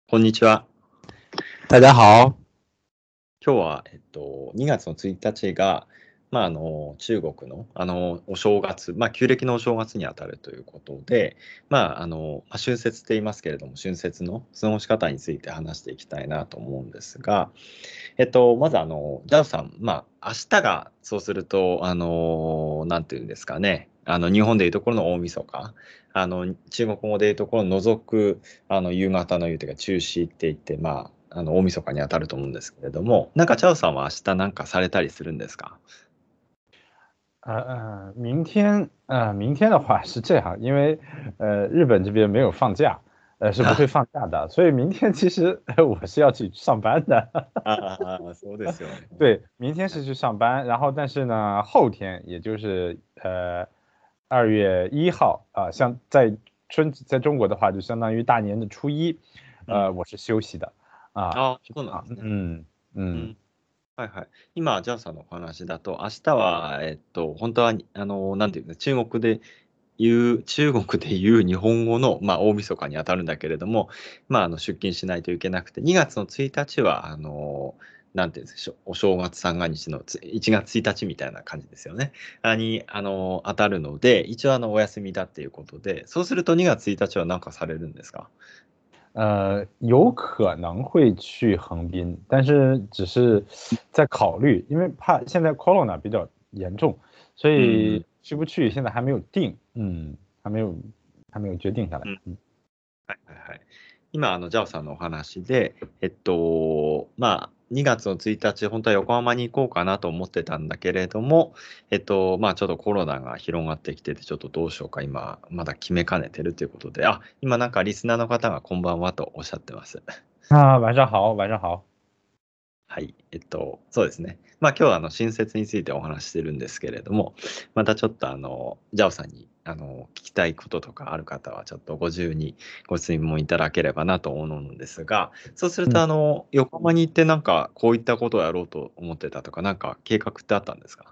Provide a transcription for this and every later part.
こんにちは。 大家好。 今日は、2月の1日が、中国の、お正月、旧暦のお正月にあたるということで、春節って言いますけれども、春節の過ごし方について話していきたいなと思うんですが、まず、ジャオさん、明日が、そうすると、なんていうんですかね、日本でいうところの大晦日、中国語でいうところの除く、夕方の夕というか、中止って言って、大晦日に当たると思うんですけれども、なんか、チャオさんは明日なんかされたりするんですか？ 明天的话是这样，因为日本这边没有放假，是不会放假的，所以明天其实我是要去上班的。 そうですよね。 对，明天是去上班，然后但是呢，后天也就是2月1号像在中国的话，就相当于大年的初一，我是休息的是这样， そうなんですね。う嗯。 ん。はいはい。今、ジャオさんのお話だと、明日は、本当は、なんていうんですか、中国で言う日本語の、大晦日に当たるんだけれども、出勤しないといけなくて、2月の1日は、なんていうんですか、お正月三が日の1月1日みたいな感じですよね。当たるので、一応、お休みだっていうことで、そうすると2月1日は何かされるんですか？ 有可能会去横滨，但是只是在考虑，因为怕现在 corona 比较严重，所うん。 以去不去现在还没有定，还没有决定下来。 はいはいはい。今、ジャオさんのお話で、2月の1日、本当は横浜に行こうかなと思ってたんだけれども、ちょっとコロナが広がってきてて、ちょっとどうしようか、今、まだ決めかねてるということで、今なんかリスナーの方がこんばんはとおっしゃってます。 晚上好，晚上好。 はい。そうですね。今日は新設についてお話ししてるんですけれども、またちょっとジャオさんに聞きたいこととかある方は、ちょっとご自由にご質問いただければなと思うのですが、そうすると横浜に行ってなんかこういったことをやろうと思ってたとか、なんか計画ってあったんですか？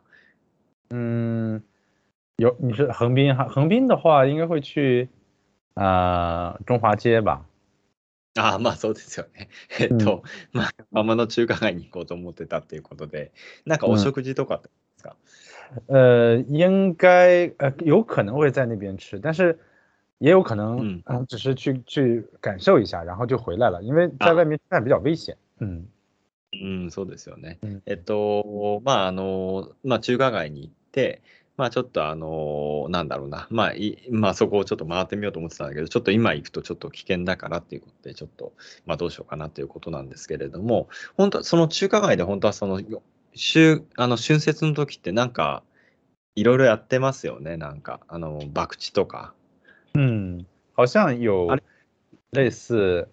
你是横滨哈？横滨的话应该会去中华街吧？ そうですよね。 嗯横浜の中華街に行こうと思ってたっていうことで、なんかお嗯。 食事とかってですか？ 应该有可能会在那边吃，但是也有可能うん。 只是去感受一下，然后就回来了，因为在外あ面吃饭比较危险。 うん、そうですよね。 嗯中華街に行って、ちょっとなんだろうな、そこをちょっと回ってみようと思ってたんだけど、ちょっと今行くとちょっと危険だからっていうことで、ちょっと、どうしようかなということなんですけれども、本当はその中華街で本当はその、春節の時ってなんか、いろいろやってますよね、なんか、博打とか。 嗯，好像あれ有类似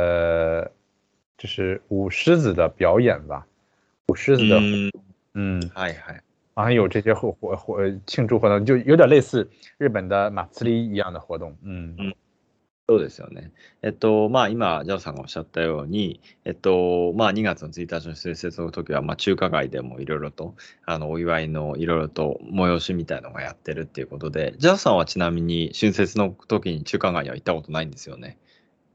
就是舞狮子的表演吧，舞狮う子的ーん、 嗯， はいはい。 好像有这些庆祝活动，就有点类似日本的马自立一样的活动。 そうですよね。今、ジャオさんがおっしゃったように、2月の1日の春節の時は、中華街でもいろいろと、お祝いのいろいろと催しみたいのがやってるっていうことで、ジャオさんはちなみに春節の時に中華街には行ったことないんですよね。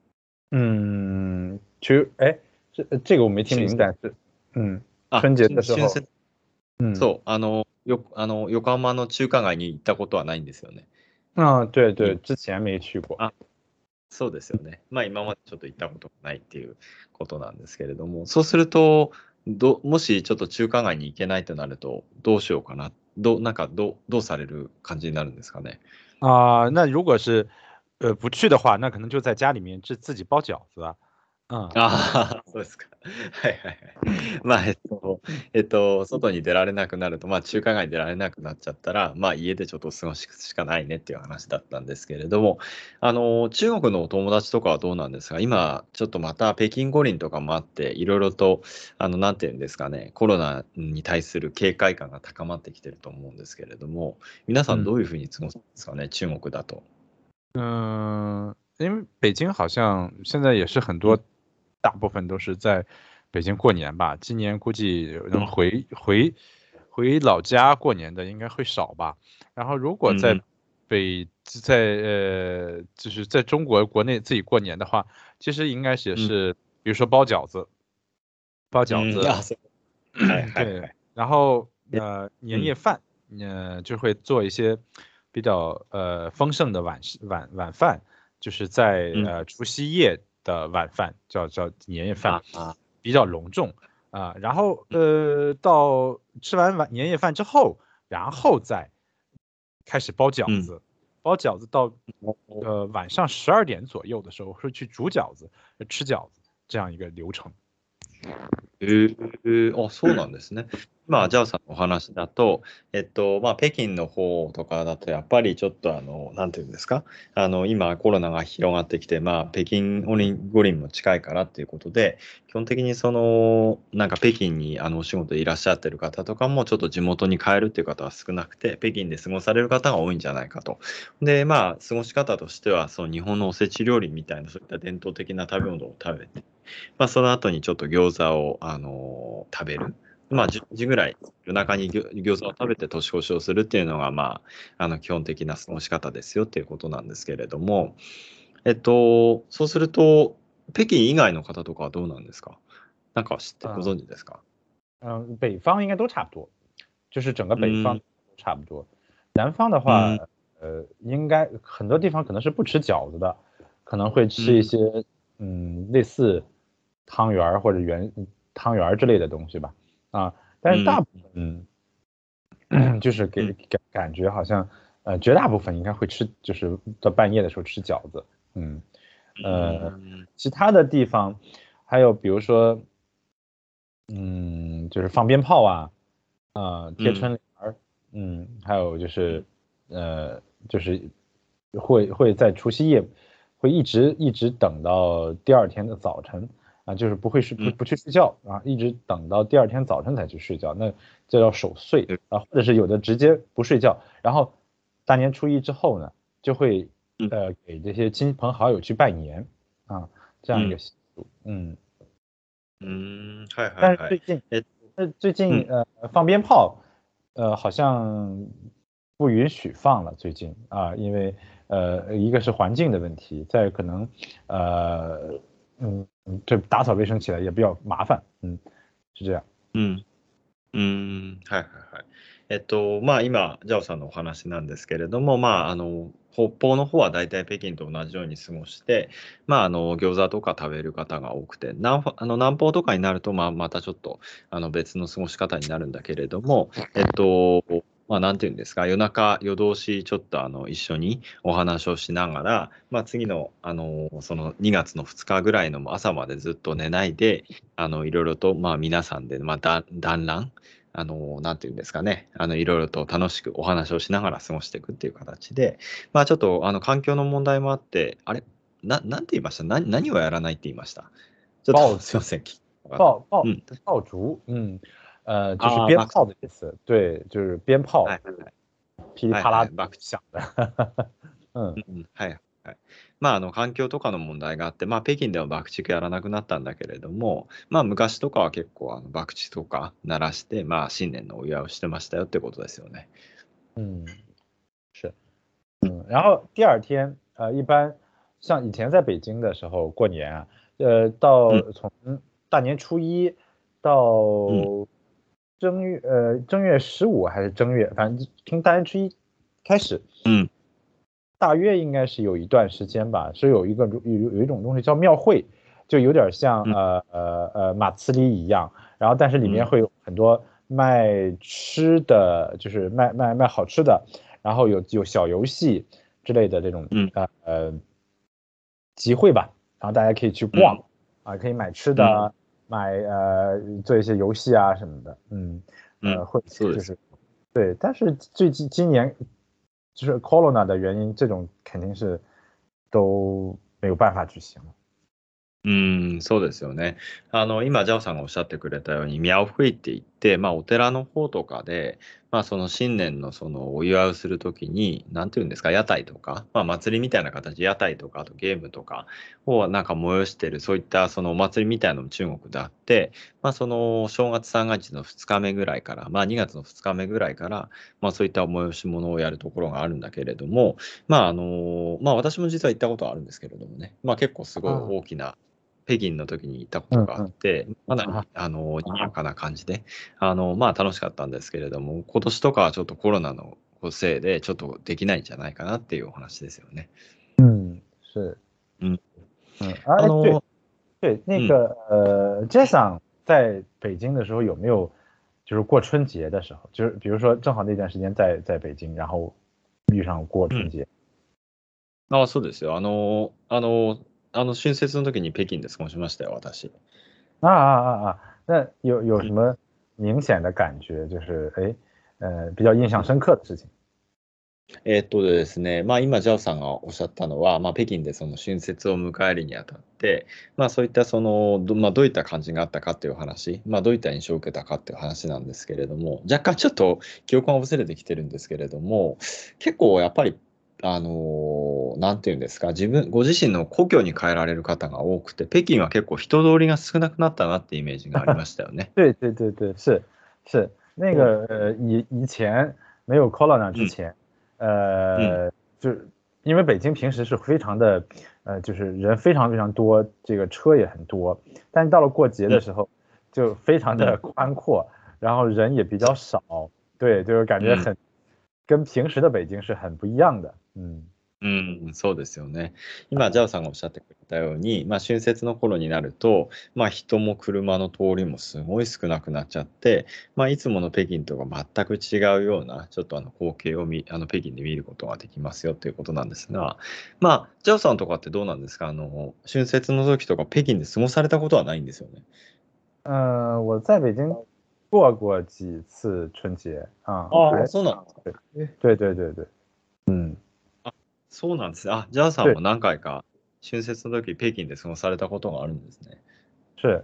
哎，这个我没听明春節、 白，春节的时候。 春節、 嗯。 そう、横浜の中華街に行ったことはないんですよね。 对对， 今。 之前没去过。 あそうですよね。今までちょっと行ったことがないっていうことなんですけれども、そうすると、もしちょっと中華街に行けないとなると、どうしようかな。どうされる感じになるんですかね。 那如果是不去的话，那可能就在家里面自己包饺子啊。 そうですか。はいはいはい。外に出られなくなると、中華街に出られなくなっちゃったら、家でちょっと過ごすしかないねっていう話だったんですけれども、中国のお友達とかはどうなんですか？今、ちょっとまた北京五輪とかもあって、いろいろと、なんていうんですかね、コロナに対する警戒感が高まってきてると思うんですけれども、皆さん嗯どういうふうに過ごすんですかね、中国だと。 因为北京好像现在也是很うん多，大部分都是在北京过年吧。今年估计能うん回老家过年的应该会少吧。然后如果うん就是在中国国内自己过年的话， 其实应该是，比如说包饺子，对，然后年夜饭，就会做一些比较丰盛的晚饭，就是在除夕夜的晚饭，叫年夜饭，比较隆重啊。然后到吃完年夜饭之后，然后再开始包饺子，包饺子到晚上12点左右的时候会去煮饺子、吃饺子这样一个流程。 あ、そうなんですね。じゃあさんのお話だと、北京の方とかだと、やっぱりちょっとなんていうんですか、今コロナが広がってきて、北京五輪も近いからっていうことで、基本的になんか北京にお仕事でいらっしゃってる方とかも、ちょっと地元に帰るっていう方は少なくて、北京で過ごされる方が多いんじゃないかと。で、過ごし方としては、日本のおせち料理みたいな、そういった伝統的な食べ物を食べて、その後にちょっと餃子を、食べる。10時ぐらい夜中に餃子を食べて年越しをするっていうのが、基本的な過ごし方ですよっていうことなんですけれども、そうすると、北京以外の方とかはどうなんですか？なんか知ってご存知ですか？ 北方应该都差不多，就是整个北方都差不多。南方的话，应该很多地方可能是不吃饺子的，可能会吃一些类似汤圆或者汤圆之类的东西吧。但是大部分就是感觉好像绝大部分应该会吃，就是到半夜的时候吃饺子。其他的地方还有比如说就是放鞭炮啊，贴春联儿，还有就是就是会在除夕夜会一直等到第二天的早晨啊，就是不去睡觉啊，一直等到第二天早晨才去睡觉，那就要守岁啊，或者是有的直接不睡觉，然后大年初一之后呢，就会给这些亲朋好友去拜年啊，这样一个习俗。但是最近放鞭炮好像不允许放了，最近啊，因为一个是環境的问題，再可能这打掃衛生起来也比較麻煩，是這樣。 はいはいはい。今、ジャオさんのお話なんですけれども、北方の方は大体北京と同じように過ごして、餃子とか食べる方が多くて、南方とかになると、またちょっと別の過ごし方になるんだけれども、なんていうんですか、夜通しちょっと一緒にお話をしながら、次の、その2月の2日ぐらいの朝までずっと寝ないで、いろいろと、皆さんで、団らん、なんていうんですかね、いろいろと楽しくお話をしながら過ごしていくっていう形で、ちょっと環境の問題もあって、あれ、なんて言いました？何をやらないって言いました？ちょっとすいません。 爆竹，就是鞭炮的意思，对，就是鞭炮，噼里啪啦响的。 はい。環境とかの問題があって、北京では爆竹やらなくなったんだけれども、昔とかは結構爆竹とか鳴らして、新年のお祝いをしてましたよってことですよね。 是。然后第二天，一般像以前在北京的时候过年啊，从大年初一到正月15还是正月，反正从大年初一开始，大约应该是有一段时间吧，是有一种东西叫庙会，就有点像马自里一样，然后但是里面会有很多卖吃的，就是卖好吃的，然后有小游戏之类的这种集会吧，然后大家可以去逛可以买吃的，做一些游戏啊什么的，会就是对，但是今年就是 Corona 的原因，这种肯定是都没有办法举行了。 そうですよね。今、ジャオさんがおっしゃってくれたように、ミャオフイって言って、まあ、お寺の方とかで、まあ、その新年のそのお祝いをするときに、なんていうんですか、屋台とか、まあ、祭りみたいな形、屋台とか、あとゲームとかをなんか催してる、そういったそのお祭りみたいなのも中国であって、まあ、その正月三が日の2日目ぐらいから、まあ、2月の2日目ぐらいから、まあ、そういった催し物をやるところがあるんだけれども、まあ、まあ、私も実は行ったことはあるんですけれどもね、まあ、結構すごい啊， 大きな、北京の時に行ったことがあっ嗯嗯て、かな啊り、賑やかな感じで、まあ楽しかったんですけれども、今年とかはちょっとコロナのせいで、ちょっとできないんじゃないかなっていうお話ですよね。 嗯，是， うん。 哎，对あの、 对，那うん。 个Jason 在北京的时候有没有就是过春节的时候，就是比如说正好那段时间在北京，然后遇上过うん。 春节そうですよ。春節の時に北京で過ごしましたよ、私。 那有什么明显的感觉，就是比较印象深刻的事情？ ですね、まあ、今、ジャオさんがおっしゃったのは、まあ、北京でその春節を迎えるにあたって、まあ、そういったまあ、どういった感じがあったかっていう話、まあ、どういった印象を受けたかっていう話なんですけれども、若干ちょっと記憶が薄れてきてるんですけれども、結構やっぱり、なんていうんですか、ご自身の故郷に帰られる方が多くて、北京は結構人通りが少なくなったなってイメージがありましたよね。 对对对对，是那そう个以前没有 Corona うん、 之前， うん、 就是因为北京平时是非常的就是人非常非常多，这个车也很多，但是到了过节うん、 的时候就非常的うん、 宽阔，然后人也比较少，对，就是感うん。 觉跟平时的北京是很不一样的， うん、そうですよね。今、ジャオさんがおっしゃってくれたように、まあ、春節の頃になると、まあ、人も車の通りもすごい少なくなっちゃって、まあ、いつもの北京とは全く違うような、ちょっと光景を北京で見ることができますよということなんですが、まあ、ジャオさんとかってどうなんですか？春節の時とか北京で過ごされたことはないんですよね。 我在北京过几次春节啊， ああ、 还そうなんですか。 对え对对对对，嗯。 あ、そうなんですね。あ、ジャオさん对。 も何回か春節の時北京で過ごされたことがあるんですね。 是，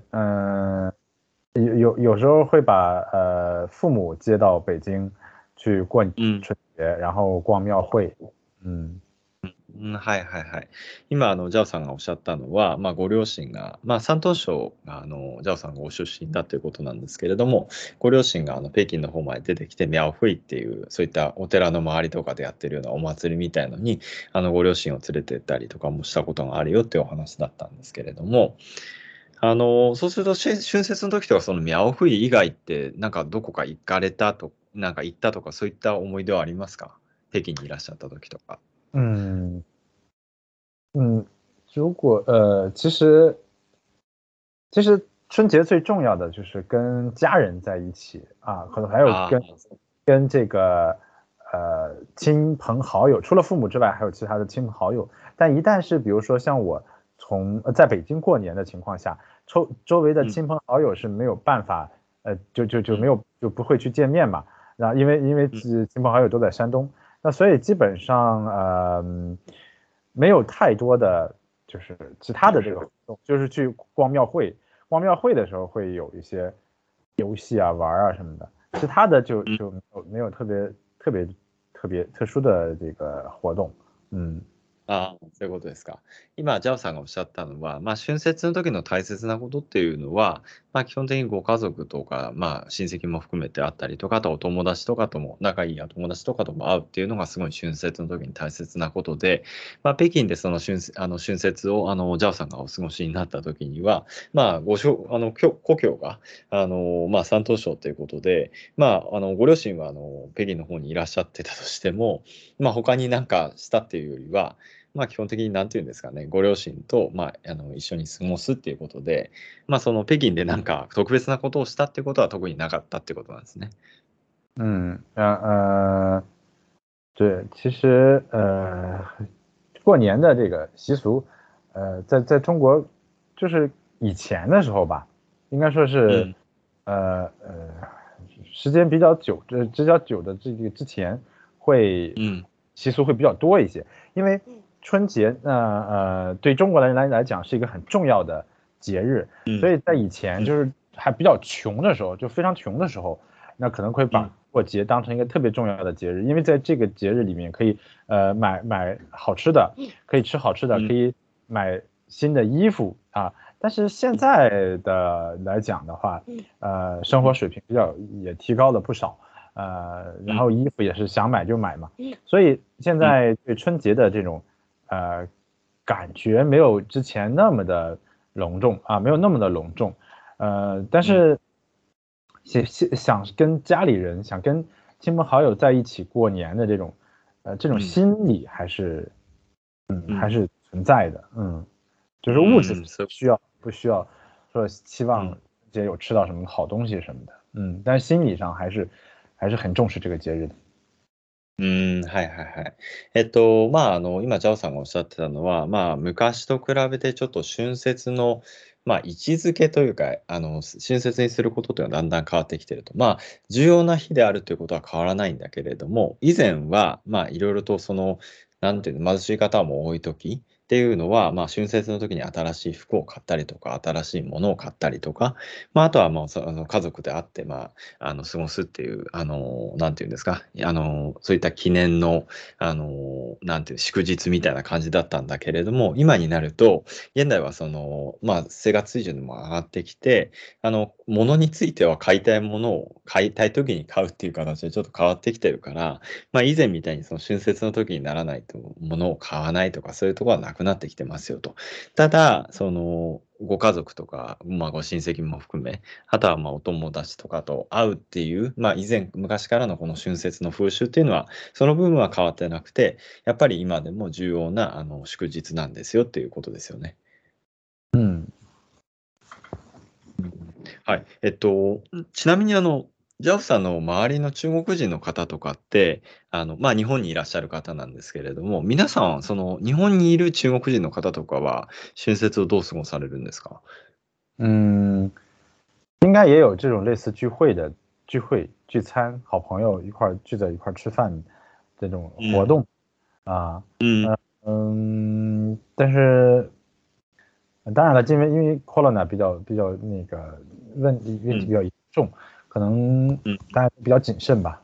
有时候会把父母接到北京去过うん。 春节，然后逛庙会。嗯うん、はいはいはい。今、ジャオさんがおっしゃったのは、まあ、ご両親が、まあ、山東省が、ジャオさんがご出身だということなんですけれども、ご両親が、北京の方まで出てきて、ミャオフイっていう、そういったお寺の周りとかでやってるようなお祭りみたいのに、ご両親を連れてったりとかもしたことがあるよっていうお話だったんですけれども、そうすると、春節の時とか、そのミャオフイ以外って、なんかどこか行かれたと、なんか行ったとか、そういった思い出はありますか？北京にいらっしゃった時とか。 嗯嗯，如果其实春节最重要的就是跟家人在一起啊，可能还有ああ、 跟这个亲朋好友，除了父母之外，还有其他的亲朋好友。但一旦是比如说像我在北京过年的情况下，周围的うん、 亲朋好友是没有办法，就うん、 没有就不会去見面嘛。然后因为うん、 亲朋好友都在山东，那所以基本上没有太多的就是其他的这个活动，就是去逛庙会。逛庙会的时候会有一些游戏啊、玩啊什么的，其他的就うん。 就没有特殊的这个活动。嗯ああ、そういうことですか。今、ジャオさんがおっしゃったのは、まあ、春節の時の大切なことっていうのは、まあ、基本的にご家族とか、まあ、親戚も含めてあったりとか、あとお友達とかとも、仲いいお友達とかとも会うっていうのがすごい春節の時に大切なことで、まあ、北京でその春節を、ジャオさんがお過ごしになった時には、まあ、故郷が、まあ、山東省ということで、まあ、ご両親は、北京の方にいらっしゃってたとしても、まあ、他になんかしたっていうよりは、まあ、基本的になんていうんですかね、ご両親と、まあ、一緒に過ごすっていうことで、まあ、その北京でなんか特別なことをしたっていうことは特になかったってことなんですね。 嗯对，其实过年的这个习俗，在中国就是以前的时候吧，应该说是うん、 时间比较久的这个之前会うん、 习俗会比较多一些，因为春节对中国人来讲是一个很重要的节日， うん、 所以在以前うん、 就是还比较穷的时候，就非常穷的时候，那可能会把过节当成一个特别重要的节日，因为在这个节日里面可以买好吃的，可以吃好吃的，可以买新的衣服啊。但是现在的来讲的话，生活水平也提高了不少，然后衣服也是想买就买嘛，所以现在对春节的这种感觉没有之前那么的隆重啊，没有那么的隆重，但是想跟家里人、想跟亲朋好友在一起过年的这种心理还是存在的，就是物质不需要说期望节有吃到什么好东西什么的，但是心理上还是很重视这个節日的。 はいはいはい。今、ジャオさんがおっしゃってたのは、昔と比べてちょっと春節の、位置づけというか、春節にすることというのはだんだん変わってきてると。重要な日であるということは変わらないんだけれども、以前は、いろいろとなんていうの、貧しい方も多い時っていうのは、春節の時に新しい服を買ったりとか、新しいものを買ったりとか、あとはもう家族で会って、過ごすっていう、なんていうんですか、そういった記念の、なんていう、祝日みたいな感じだったんだけれども、今になると、現代は生活水準も上がってきて、物については買いたいものを買いたい時に買うっていう形でちょっと変わってきてるから、以前みたいにその春節の時にならないと物を買わないとかそういうところはなくなってきてますよと。ただ、ご家族とか、ご親戚も含め、あとはお友達とかと会うっていう、昔からのこの春節の風習っていうのは、その部分は変わってなくて、やっぱり今でも重要な祝日なんですよっていうことですよね。はい。ちなみにジャオさんの周りの中国人の方とかって、日本にいらっしゃる方なんですけれども、皆さん、日本にいる中国人の方とかは、春節をどう過ごされるんですか？ 应该也有这种类似聚餐，好朋友一块聚在一块吃饭这种活动啊，但是当然了，因为 corona 比较那个问题比较严重，可能大家比较谨慎吧，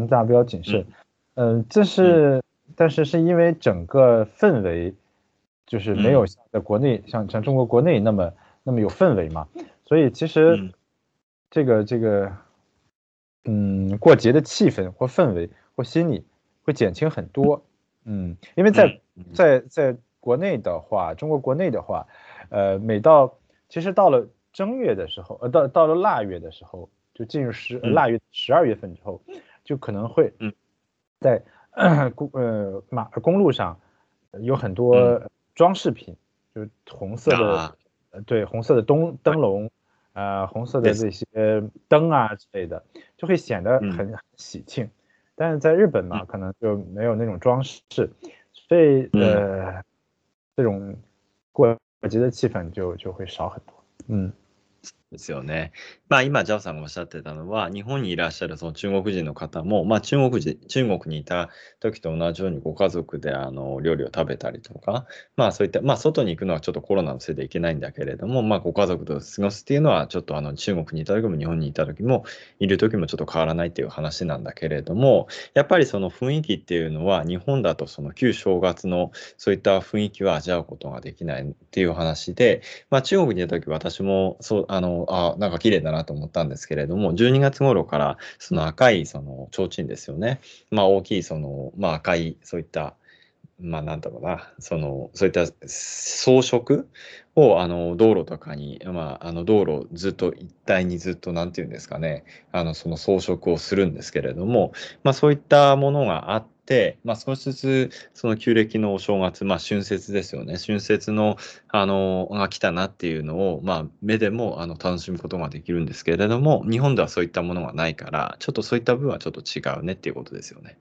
但是是因为整个氛围就是没有像在国内像中国国内那么有氛围嘛，所以其实这个过节的气氛或氛围或心理会减轻很多，因为在国内的话，中国国内的话，其实到了正月的时候，到了腊月的时候，就进入腊月12月份之后，就可能会在公路上有很多装饰品，就是红色的红色的灯笼，红色的这些灯啊之类的，就会显得很喜庆。但是在日本嘛，可能就没有那种装饰，所以这种过节的气氛就会少很多。 ですよね。今、ジャオさんがおっしゃってたのは、日本にいらっしゃるその中国人の方も、中国にいた時と同じようにご家族で料理を食べたりとか、そういった、外に行くのはちょっとコロナのせいで行けないんだけれども、ご家族と過ごすっていうのは、ちょっと中国にいた時も日本にいた時も、いる時もちょっと変わらないっていう話なんだけれども、やっぱりその雰囲気っていうのは、日本だとその旧正月のそういった雰囲気は味わうことができないっていう話で、中国にいた時私もなんか綺麗だなと思ったんですけれども、12月頃からその赤いその提灯ですよね。大きい赤いそういったなんだろうな、そういった装飾を道路とかに、道路ずっと一帯にずっとなんていうんですかね、その装飾をするんですけれども、そういったものがあって、少しずつその旧暦のお正月、春節ですよね、春節のが来たなっていうのを、目でも楽しむことができるんですけれども、日本ではそういったものがないから、ちょっとそういった部分はちょっと違うねっていうことですよね。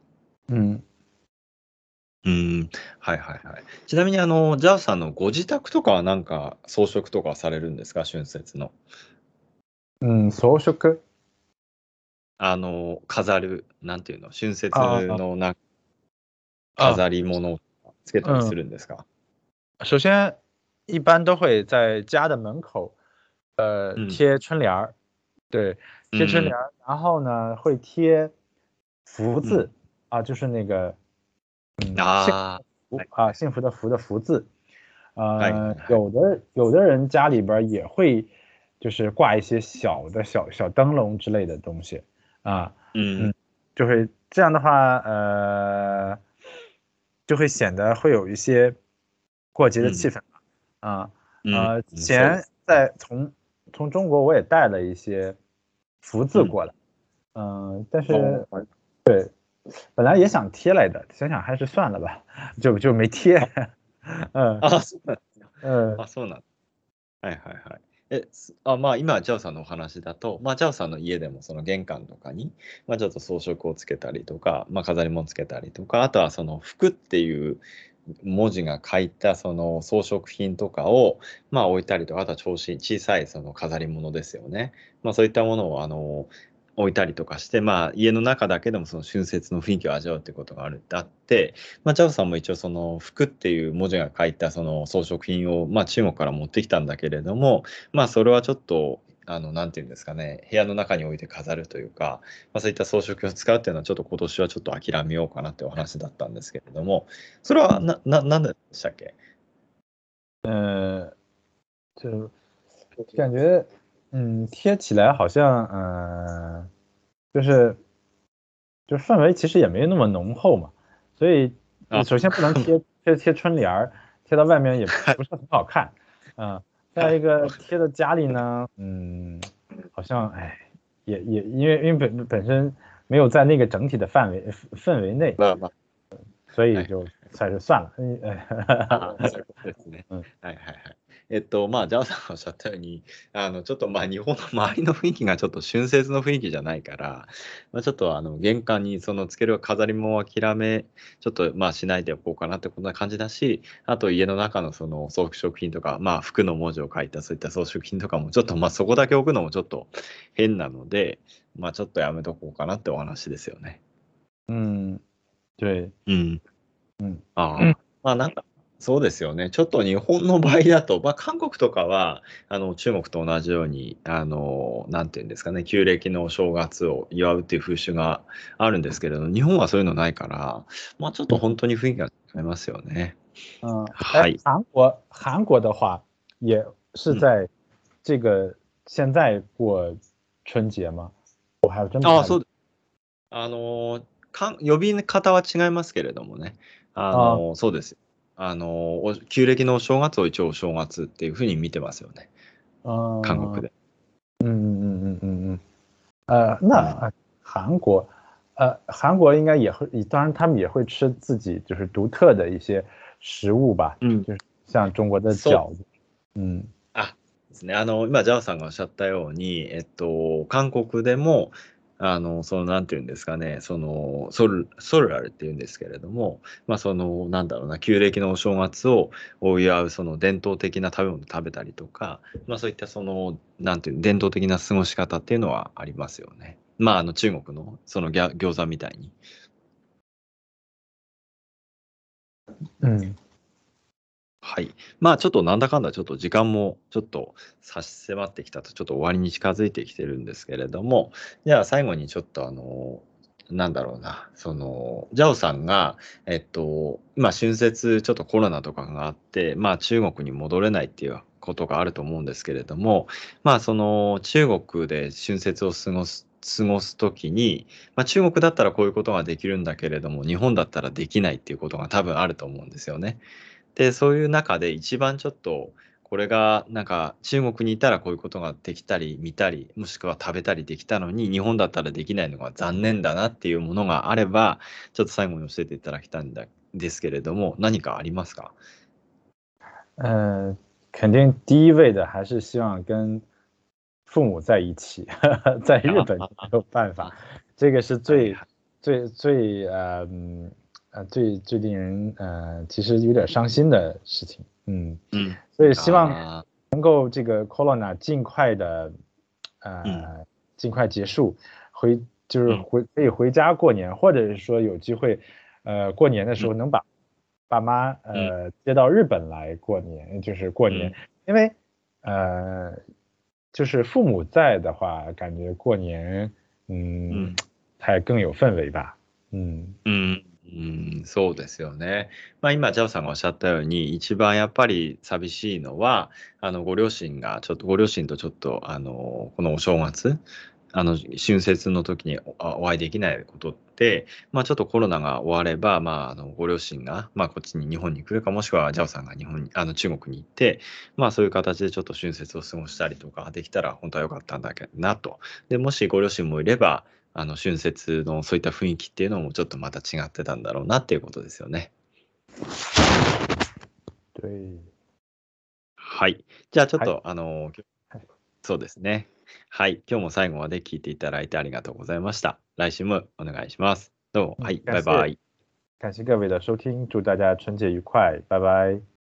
はいはいはい。ちなみにジャオさんのご自宅とかはなんか装飾とかされるんですか、春節の。 装飾飾る、なんていうの、春節の飾り物をつけたりするんですか？ 首先一般都会在家的门口贴春联儿，对，贴春联儿，然后呢会贴福字啊，就是那个幸福的福的福字，有的人家里边也会就是挂一些小灯笼之类的东西啊，就会这样的话，就会显得会有一些过节的气氛吧，啊，之前从中国我也带了一些福字过来，但是对，本来也想贴来的，想想还是算了吧，就没贴， そうなんです。はいはいはい。まあ今、ジャオさんのお話だと、まあジャオさんの家でもその玄関とかに、まあちょっと装飾をつけたりとか、まあ飾り物つけたりとか、あとはその服っていう文字が書いたその装飾品とかを、まあ置いたりとか、あとは小さいその飾り物ですよね。まあそういったものを置いたりとかして、まあ家の中だけでもその春節の雰囲気を味わうっていうことがあって、まあ、ジャオさんも一応その服っていう文字が書いたその装飾品を、まあ、中国から持ってきたんだけれども、まあそれはちょっとなんていうんですかね、部屋の中に置いて飾るというか、まあ、そういった装飾品を使うっていうのはちょっと今年はちょっと諦めようかなってお話だったんですけれども、それはなんでしたっけ？ 就感觉贴起来好像就是氛围其实也没那么浓厚嘛，所以首先不能贴春联儿，贴到外面也不是很好看，再一个贴到家里呢，好像也因为本身没有在那个整体的氛围内，所以就还是算了。 そういうことですね。はいはいはい。まあ、ジャオさんがおっしゃったように、ちょっとまあ、日本の周りの雰囲気がちょっと春節の雰囲気じゃないから、まあ、ちょっと玄関にそのつける飾り物を諦め、ちょっとまあしないでおこうかなってこんな感じだし、あと家の中のその装飾品とか、まあ服の文字を書いたそういった装飾品とかもちょっとまあそこだけ置くのもちょっと変なので、まあちょっとやめとこうかなってお話ですよね。 对。 まあなんか、そうですよね。ちょっと日本の場合だと、まあ韓国とかは、中国と同じように、なんていうんですかね、旧暦のお正月を祝うっていう風習があるんですけれど、日本はそういうのないから、まあちょっと本当に雰囲気が違いますよね。はい。 韩国的话也是在这个现在过春节吗？我还真不太そうです。呼び方は違いますけれどもね。そうです。旧暦のお正月を一応お正月っていうふうに見てますよね。韓国で。 那韩国应该也会，当然他们也会吃自己就是独特的一些食物吧，就是像中国的饺子。 ですね。今、ジャオさんがおっしゃったように、韓国でも、なんていうんですかね、ソルラルっていうんですけれども、まあ、なんだろうな、旧暦のお正月を祝う、伝統的な食べ物を食べたりとか、まあ、そういった、なんていう、伝統的な過ごし方っていうのはありますよね。まあ、中国の、餃子みたいに。はい。まあちょっとなんだかんだちょっと時間もちょっと差し迫ってきたと、ちょっと終わりに近づいてきてるんですけれども、じゃあ最後にちょっとなんだろうな、ジャオさんが、今春節ちょっとコロナとかがあって、まあ中国に戻れないっていうことがあると思うんですけれども、まあ中国で春節を過ごすときに、まあ、中国だったらこういうことができるんだけれども、日本だったらできないっていうことが多分あると思うんですよね。で、そういう中で一番ちょっと、これがなんか中国にいたらこういうことができたり、見たり、もしくは食べたりできたのに、日本だったらできないのが残念だなっていうものがあれば、ちょっと最後に教えていただきたいんですけれども、何かありますか？ 肯定第一位的还是希望跟父母在一起，在日本没有办法，这个是最令人其实有点伤心的事情，所以希望能够这个 corona 尽快的尽快结束，就是可以回家过年，或者是说有机会过年的时候能把爸妈接到日本来过年，就是过年，因为就是父母在的话，感觉过年，才更有氛围吧。 そうですよね。今、ジャオさんがおっしゃったように、一番やっぱり寂しいのは、ご両親とちょっと、このお正月、春節の時にお会いできないことって、ちょっとコロナが終われば、ご両親が、こっちに日本に来るか、もしくはジャオさんが中国に行って、そういう形でちょっと春節を過ごしたりとかできたら、本当は良かったんだけどなと。で、もしご両親もいれば、春節のそういった雰囲気っていうのもちょっとまた違ってたんだろうなっていうことですよね。 对。 はい。じゃあちょっはい。 と、そうですね。はい。今日も最後まで聞いていただいてありがとうございました。来週もお願いします。どうも。はい。バイバイ。 感谢各位的收听，祝大家春节愉快，拜拜。